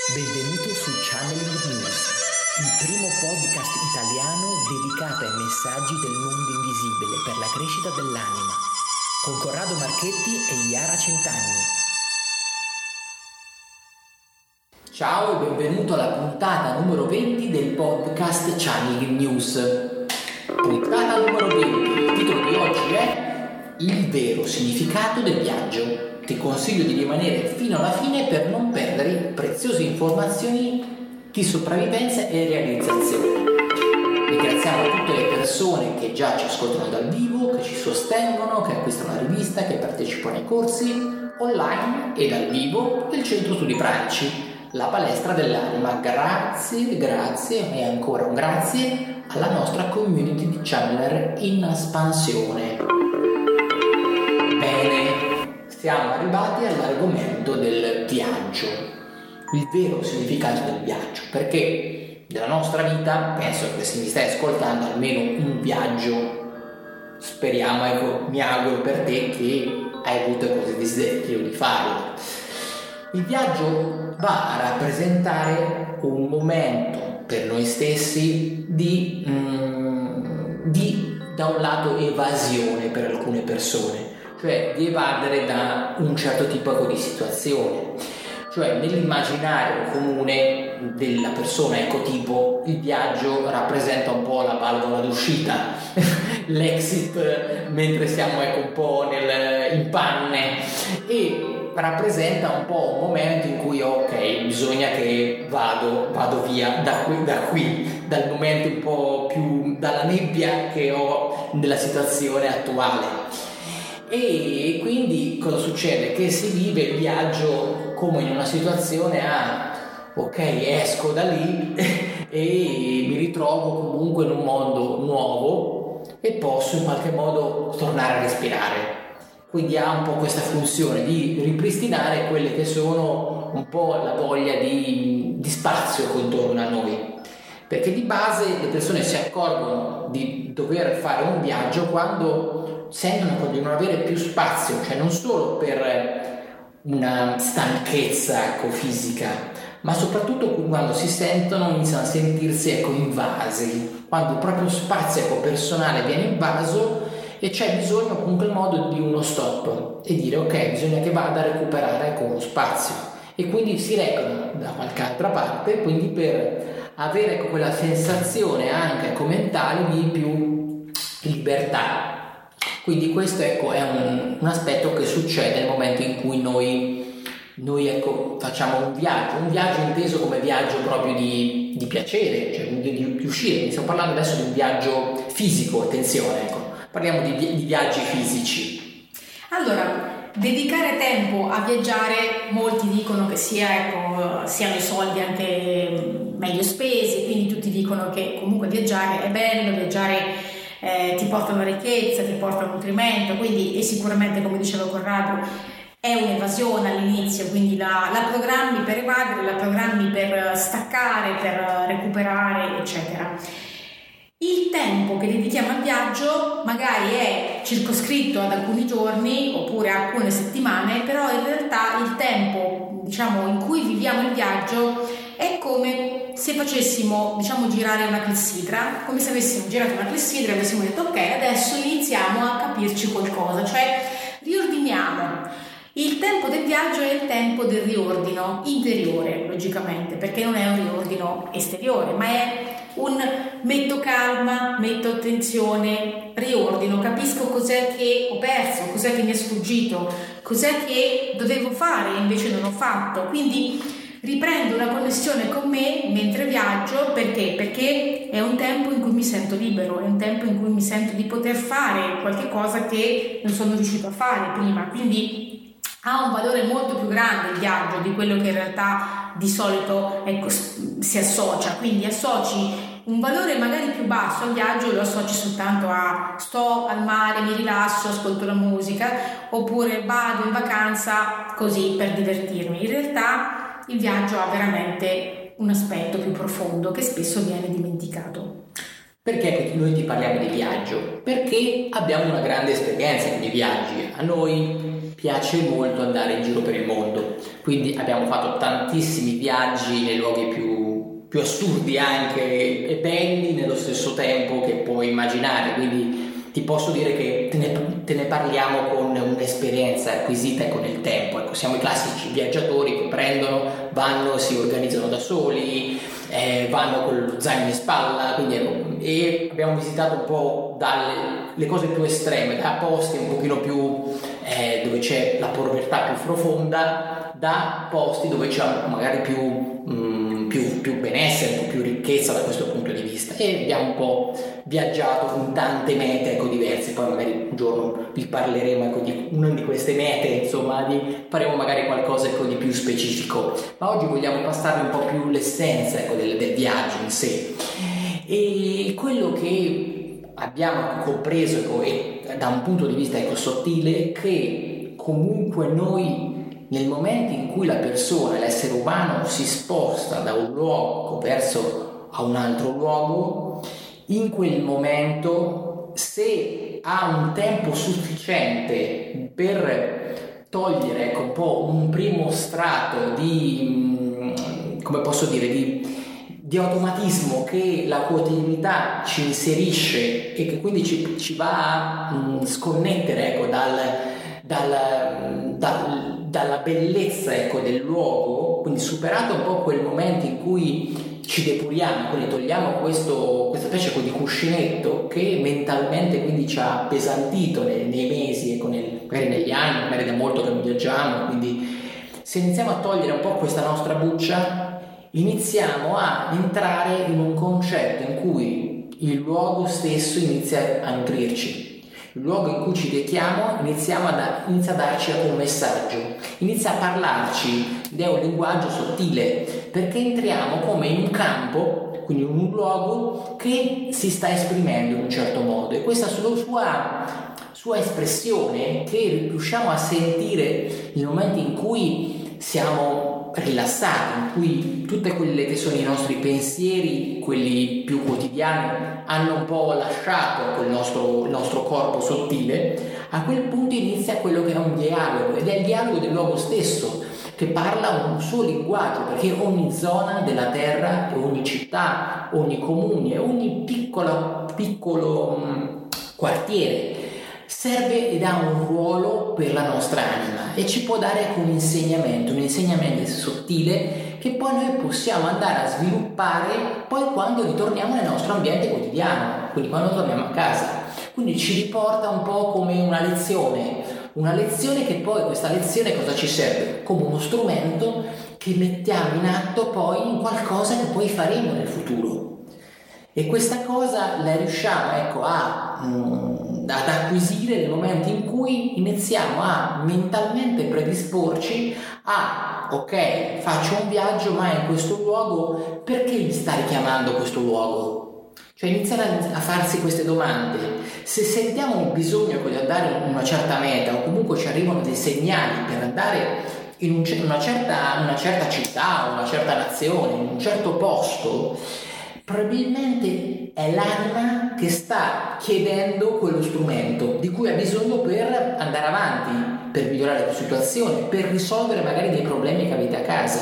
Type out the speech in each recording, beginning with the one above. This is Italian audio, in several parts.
Benvenuto su Channeling News, il primo podcast italiano dedicato ai messaggi del mondo invisibile per la crescita dell'anima, con Corrado Marchetti e Yara Centanni. Ciao e benvenuto alla puntata numero 20 del podcast Channeling News. Puntata numero 20, il titolo di oggi è Il vero significato del viaggio. Ti consiglio di rimanere fino alla fine per non perdere preziose informazioni di sopravvivenza e realizzazione. Ringraziamo tutte le persone che già ci ascoltano dal vivo, che ci sostengono, che acquistano la rivista, che partecipano ai corsi online e dal vivo del Centro Studi Pratici, la palestra dell'anima. Grazie e ancora un grazie alla nostra community di channeler in espansione. Bene, siamo arrivati all'argomento del viaggio, il vero significato del viaggio, perché nella nostra vita, penso che se mi stai ascoltando, almeno un viaggio, speriamo, mi auguro per te che hai avuto questo desiderio di farlo. Il viaggio va a rappresentare un momento per noi stessi di da un lato evasione per alcune persone, cioè di evadere da un certo tipo di situazione, cioè nell'immaginario comune della persona ecotipo il viaggio rappresenta un po' la valvola d'uscita, l'exit mentre siamo un po' in panne, e rappresenta un po' un momento in cui ok, bisogna che vado via da qui, dal momento un po' più dalla nebbia che ho nella situazione attuale. E quindi cosa succede? Che si vive il viaggio come in una situazione ok, esco da lì e mi ritrovo comunque in un mondo nuovo e posso in qualche modo tornare a respirare. Quindi ha un po' questa funzione di ripristinare quelle che sono un po' la voglia di spazio contorno a noi. Perché di base le persone si accorgono di dover fare un viaggio quando sentono di non avere più spazio, cioè non solo per una stanchezza fisica, ma soprattutto quando iniziano a sentirsi invasi, quando il proprio spazio personale viene invaso e c'è bisogno comunque in modo di uno stop e dire ok, bisogna che vada a recuperare con lo spazio, e quindi si recano da qualche altra parte, quindi per avere quella sensazione anche mentale di più libertà. Quindi questo è un aspetto che succede nel momento in cui noi facciamo un viaggio inteso come viaggio proprio di piacere, cioè di uscire. Stiamo parlando adesso di un viaggio fisico, attenzione, parliamo di viaggi fisici. Allora, dedicare tempo a viaggiare, molti dicono che siano i soldi anche meglio spesi, quindi tutti dicono che comunque viaggiare è bello, viaggiare ti porta una ricchezza, ti porta un nutrimento, quindi e sicuramente, come diceva Corrado, è un'evasione all'inizio, quindi la programmi per evadere, la programmi per staccare, per recuperare, eccetera. Il tempo che dedichiamo al viaggio magari è circoscritto ad alcuni giorni oppure a alcune settimane, però in realtà il tempo, in cui viviamo il viaggio è come se facessimo, girare una clessidra, come se avessimo girato una clessidra e avessimo detto ok, adesso iniziamo a capirci qualcosa, cioè riordiniamo. Il tempo del viaggio è il tempo del riordino interiore, logicamente, perché non è un riordino esteriore, ma è un metto calma, metto attenzione, riordino, capisco cos'è che ho perso, cos'è che mi è sfuggito, cos'è che dovevo fare e invece non ho fatto. Quindi riprendo una connessione con me mentre viaggio. Perché è un tempo in cui mi sento libero, è un tempo in cui mi sento di poter fare qualche cosa che non sono riuscito a fare prima, quindi ha un valore molto più grande il viaggio di quello che in realtà di solito si associa. Quindi associ un valore magari più basso al viaggio, lo associ soltanto a sto al mare, mi rilasso, ascolto la musica, oppure vado in vacanza così per divertirmi. In realtà il viaggio ha veramente un aspetto più profondo che spesso viene dimenticato. Perché noi ti parliamo di viaggio? Perché abbiamo una grande esperienza di viaggi. A noi piace molto andare in giro per il mondo, quindi abbiamo fatto tantissimi viaggi nei luoghi più assurdi anche e belli nello stesso tempo che puoi immaginare, quindi ti posso dire che te ne parliamo con un'esperienza acquisita con il tempo. Ecco, siamo i classici viaggiatori che prendono, vanno, si organizzano da soli, vanno con lo zaino in spalla, quindi, e abbiamo visitato un po' dalle cose più estreme, da posti un pochino più dove c'è la povertà più profonda, da posti dove c'è magari più benessere, un po' più ricchezza da questo punto di vista, e abbiamo un po' viaggiato in tante mete diverse. Poi magari un giorno vi parleremo di una di queste mete, insomma, faremo magari qualcosa di più specifico, ma oggi vogliamo passare un po' più l'essenza del viaggio in sé, e quello che abbiamo compreso e da un punto di vista sottile, che comunque noi nel momento in cui la persona, l'essere umano, si sposta da un luogo verso a un altro luogo, in quel momento, se ha un tempo sufficiente per togliere un po' un primo strato di, come posso dire, di automatismo che la quotidianità ci inserisce e che quindi ci va a sconnettere dalla bellezza del luogo, quindi superato un po' quel momento in cui ci depuriamo, quindi togliamo questa specie di cuscinetto che mentalmente quindi ci ha appesantito nei mesi e magari negli anni, magari da molto che non viaggiamo, quindi se iniziamo a togliere un po' questa nostra buccia, iniziamo a entrare in un concetto in cui il luogo stesso inizia a nutrirci. Il luogo in cui ci rechiamo inizia a darci un messaggio, inizia a parlarci, ed è un linguaggio sottile, perché entriamo come in un campo, quindi in un luogo che si sta esprimendo in un certo modo, e questa sua espressione che riusciamo a sentire nel momento in cui siamo rilassati, in cui tutte quelle che sono i nostri pensieri, quelli più quotidiani, hanno un po' lasciato il nostro corpo sottile, a quel punto inizia quello che è un dialogo, ed è il dialogo del luogo stesso, che parla un suo linguaggio, perché ogni zona della terra, ogni città, ogni comune, ogni piccolo quartiere serve ed ha un ruolo per la nostra anima, e ci può dare un insegnamento sottile che poi noi possiamo andare a sviluppare poi quando ritorniamo nel nostro ambiente quotidiano, quindi quando torniamo a casa. Quindi ci riporta un po' come una lezione che poi, questa lezione cosa ci serve? Come uno strumento che mettiamo in atto poi in qualcosa che poi faremo nel futuro. E questa cosa la riusciamo ad acquisire nel momento in cui iniziamo a mentalmente predisporci a ok, faccio un viaggio, ma in questo luogo perché mi sta richiamando questo luogo? Cioè iniziare a farsi queste domande. Se sentiamo un bisogno di andare in una certa meta, o comunque ci arrivano dei segnali per andare in una certa città, una certa nazione, in un certo posto, probabilmente è l'anima che sta chiedendo quello strumento di cui ha bisogno per andare avanti, per migliorare la situazione, per risolvere magari dei problemi che avete a casa.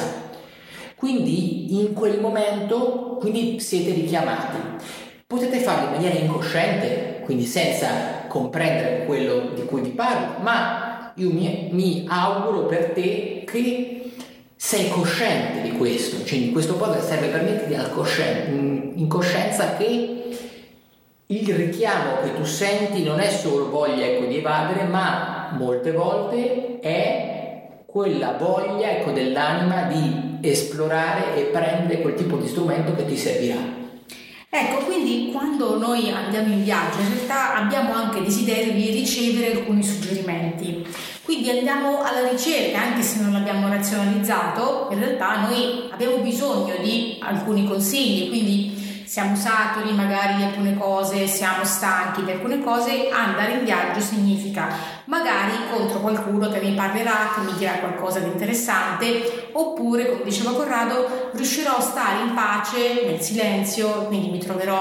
Quindi in quel momento siete richiamati. Potete farlo in maniera incosciente, quindi senza comprendere quello di cui vi parlo, ma io mi auguro per te che sei cosciente di questo, cioè in questo podcast serve per metterti in coscienza che il richiamo che tu senti non è solo voglia di evadere, ma molte volte è quella voglia dell'anima di esplorare e prendere quel tipo di strumento che ti servirà. Ecco, quindi quando noi andiamo in viaggio in realtà abbiamo anche desiderio di ricevere alcuni suggerimenti, quindi andiamo alla ricerca, anche se non l'abbiamo razionalizzato, in realtà noi abbiamo bisogno di alcuni consigli, quindi siamo saturi magari di alcune cose, siamo stanchi di alcune cose. Andare in viaggio significa magari incontro qualcuno che mi parlerà, che mi dirà qualcosa di interessante, oppure, come diceva Corrado, riuscirò a stare in pace nel silenzio, quindi mi troverò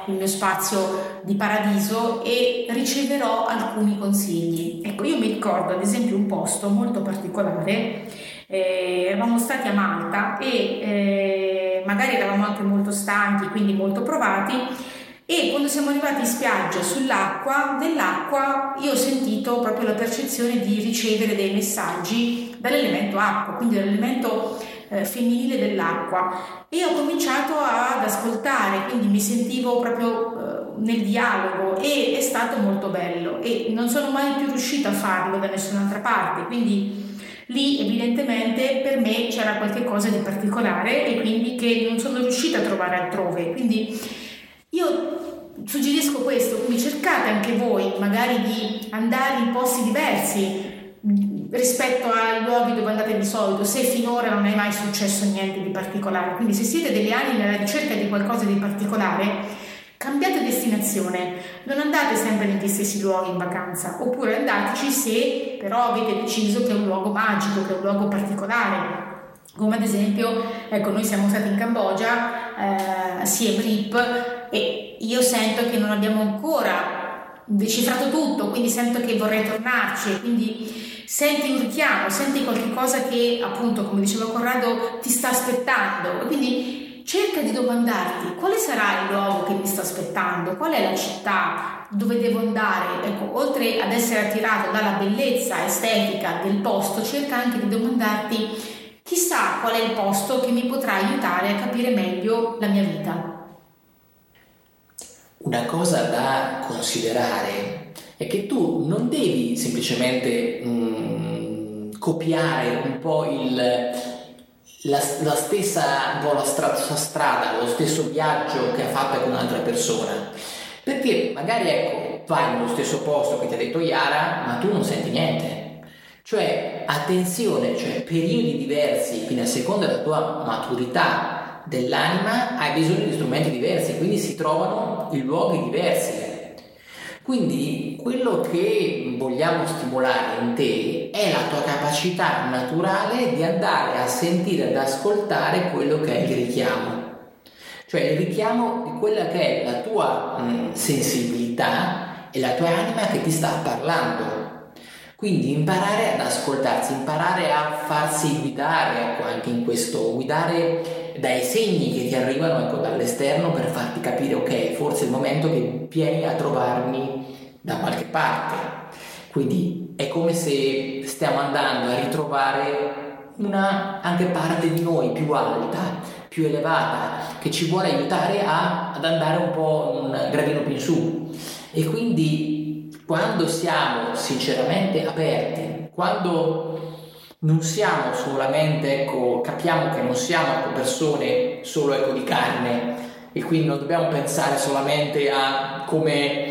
il mio spazio di paradiso e riceverò alcuni consigli. Ecco, io mi ricordo ad esempio un posto molto particolare, eravamo stati a Malta e magari eravamo anche molto stanchi, quindi molto provati, e quando siamo arrivati in spiaggia nell'acqua io ho sentito proprio la percezione di ricevere dei messaggi dall'elemento acqua, quindi dall'elemento femminile dell'acqua, e ho cominciato ad ascoltare, quindi mi sentivo proprio nel dialogo e è stato molto bello e non sono mai più riuscita a farlo da nessun'altra parte, quindi lì evidentemente per me c'era qualche cosa di particolare e quindi che non sono riuscita a trovare altrove. Quindi io suggerisco questo, quindi cercate anche voi magari di andare in posti diversi rispetto ai luoghi dove andate di solito, se finora non è mai successo niente di particolare. Quindi se siete delle anime alla ricerca di qualcosa di particolare, cambiate destinazione, non andate sempre negli stessi luoghi in vacanza, oppure andateci se però avete deciso che è un luogo magico, che è un luogo particolare, come ad esempio, ecco, noi siamo stati in Cambogia, a Siem Reap, e io sento che non abbiamo ancora decifrato tutto, quindi sento che vorrei tornarci, quindi senti un richiamo, senti qualche cosa che appunto, come diceva Corrado, ti sta aspettando, e quindi cerca di domandarti quale sarà il luogo che mi sta aspettando, qual è la città dove devo andare. Ecco, oltre ad essere attirato dalla bellezza estetica del posto, cerca anche di domandarti chissà qual è il posto che mi potrà aiutare a capire meglio la mia vita. Una cosa da considerare è che tu non devi semplicemente copiare un po' la stessa un po' la sua strada, lo stesso viaggio che ha fatto con un'altra persona, perché magari ecco vai nello stesso posto che ti ha detto Yara, ma tu non senti niente. Cioè attenzione, cioè periodi diversi, quindi a seconda della tua maturità dell'anima hai bisogno di strumenti diversi, quindi si trovano in luoghi diversi. Quindi quello che vogliamo stimolare in te è la tua capacità naturale di andare a sentire, ad ascoltare quello che è il richiamo, cioè il richiamo di quella che è la tua sensibilità e la tua anima che ti sta parlando. Quindi imparare ad ascoltarsi, imparare a farsi guidare, ecco, anche in questo, guidare dai segni che ti arrivano, ecco, dall'esterno, per farti capire, ok, forse è il momento che vieni a trovarmi da qualche parte. Quindi è come se stiamo andando a ritrovare una anche parte di noi più alta, più elevata, che ci vuole aiutare ad andare un po' un gradino più in su. E quindi quando siamo sinceramente aperti, quando non siamo solamente, ecco, capiamo che non siamo persone solo, ecco, di carne, e quindi non dobbiamo pensare solamente a come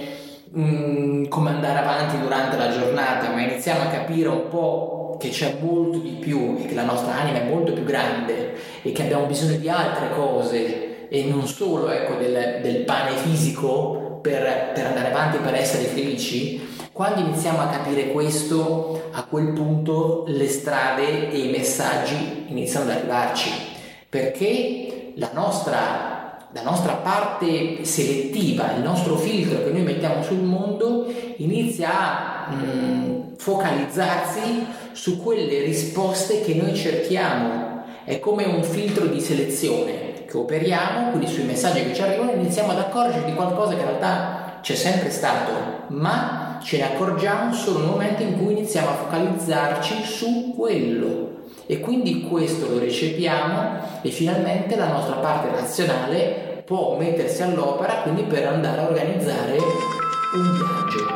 andare avanti durante la giornata, ma iniziamo a capire un po' che c'è molto di più e che la nostra anima è molto più grande e che abbiamo bisogno di altre cose e non solo, ecco, del pane fisico per andare avanti, per essere felici. Quando iniziamo a capire questo, a quel punto le strade e i messaggi iniziano ad arrivarci, perché la nostra parte selettiva, il nostro filtro che noi mettiamo sul mondo inizia a focalizzarsi su quelle risposte che noi cerchiamo. È come un filtro di selezione che operiamo, quindi sui messaggi che ci arrivano iniziamo ad accorgerci di qualcosa che in realtà c'è sempre stato, ma ce ne accorgiamo solo nel momento in cui iniziamo a focalizzarci su quello, e quindi questo lo recepiamo e finalmente la nostra parte razionale può mettersi all'opera, quindi per andare a organizzare un viaggio.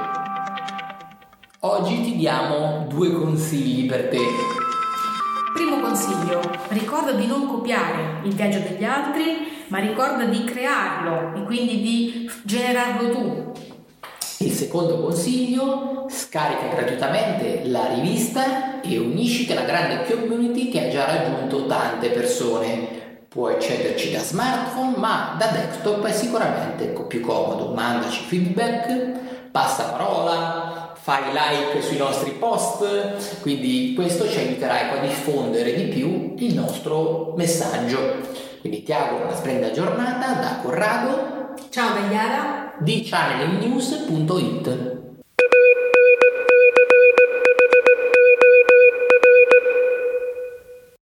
Oggi ti diamo 2 consigli per te. Primo consiglio: ricorda di non copiare il viaggio degli altri, ma ricorda di crearlo e quindi di generarlo tu. Il secondo consiglio: scarica gratuitamente la rivista e unisciti alla grande community che ha già raggiunto tante persone. Puoi accederci da smartphone, ma da desktop è sicuramente più comodo. Mandaci feedback, passa parola, fai like sui nostri post, quindi questo ci aiuterà a diffondere di più il nostro messaggio. Quindi ti auguro una splendida giornata da Corrado Ciao da Iara di channelingnews.it.